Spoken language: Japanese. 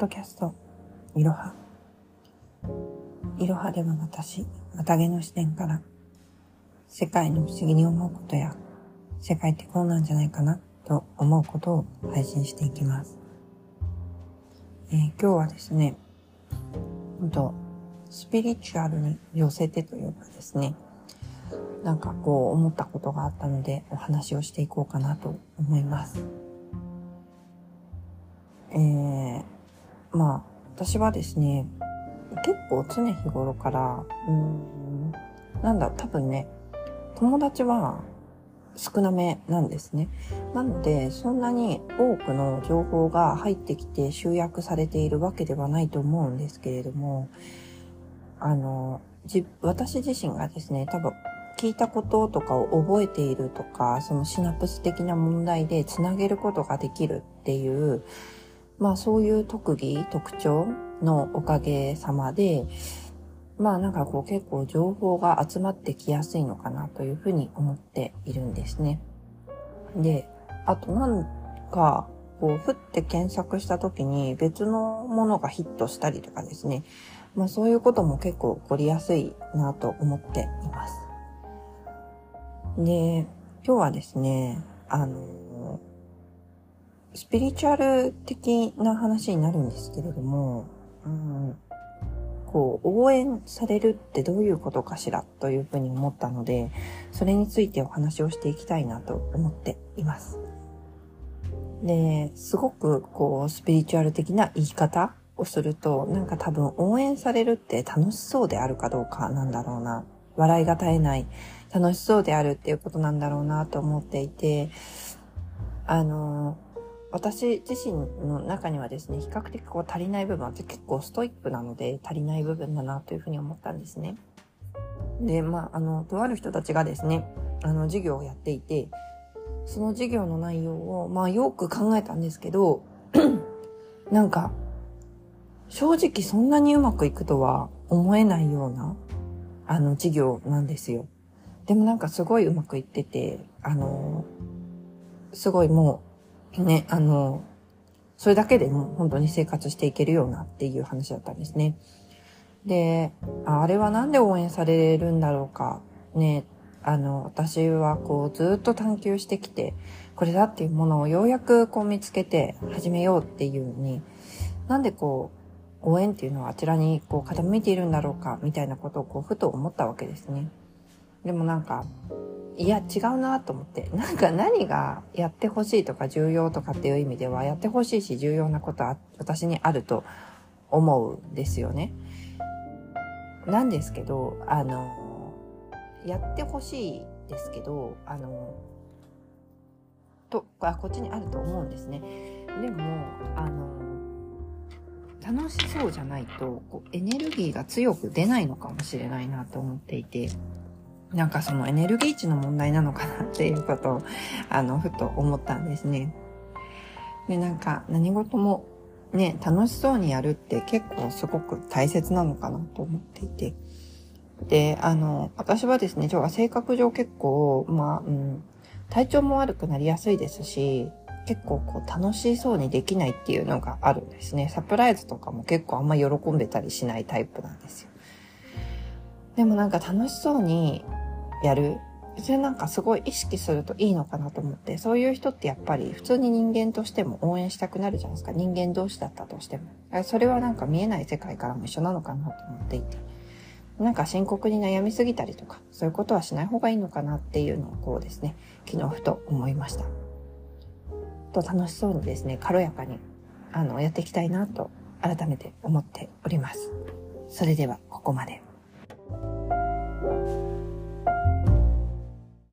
ドキャスト、いろは。いろはでは私、またげの視点から、世界の不思議に思うことや、世界ってこうなんじゃないかな、と思うことを配信していきます。今日はですね、スピリチュアルに寄せてというかですね、思ったことがあったので、お話をしていこうかなと思います。私はですね、結構常日頃から、多分ね、友達は少なめなんですね。なので、そんなに多くの情報が入ってきて集約されているわけではないと思うんですけれども、私自身がですね、多分聞いたこととかを覚えているとか、そのシナプス的な問題でつなげることができるっていう、そういう特徴のおかげさまで、結構情報が集まってきやすいのかなというふうに思っているんですね。で、あとふって検索した時に別のものがヒットしたりとかですね。そういうことも結構起こりやすいなと思っています。で、今日はですね、スピリチュアル的な話になるんですけれども、応援されるってどういうことかしらというふうに思ったので、それについてお話をしていきたいなと思っています。で、すごくスピリチュアル的な言い方をすると、多分応援されるって楽しそうであるかどうかなんだろうな。笑いが絶えない、楽しそうであるっていうことなんだろうなと思っていて、私自身の中にはですね、比較的足りない部分は結構ストイックなので足りない部分だなというふうに思ったんですね。で、とある人たちがですね、授業をやっていて、その授業の内容を、よく考えたんですけど、正直そんなにうまくいくとは思えないような、授業なんですよ。でもすごいうまくいってて、すごいもう、ね、それだけでも本当に生活していけるようなっていう話だったんですね。で、あれはなんで応援されるんだろうか。ね、私はずっと探求してきて、これだっていうものをようやく見つけて始めようっていうのに、なんで応援っていうのはあちらに傾いているんだろうか、みたいなことをふと思ったわけですね。でもいや、違うなと思って。何がやってほしいとか重要とかっていう意味では、やってほしいし重要なことは私にあると思うんですよね。なんですけど、やってほしいですけど、こっちにあると思うんですね。でも、楽しそうじゃないと、エネルギーが強く出ないのかもしれないなと思っていて、そのエネルギー値の問題なのかなっていうことを、ふと思ったんですね。で、何事もね、楽しそうにやるって結構すごく大切なのかなと思っていて。で、私はですね、性格上結構、体調も悪くなりやすいですし、結構楽しそうにできないっていうのがあるんですね。サプライズとかも結構あんま喜んでたりしないタイプなんですよ。でも楽しそうにやる。それすごい意識するといいのかなと思って、そういう人ってやっぱり普通に人間としても応援したくなるじゃないですか。人間同士だったとしても。それは見えない世界からも一緒なのかなと思っていて。深刻に悩みすぎたりとか、そういうことはしない方がいいのかなっていうのをですね、昨日ふと思いました。楽しそうにですね、軽やかに、やっていきたいなと改めて思っております。それではここまで。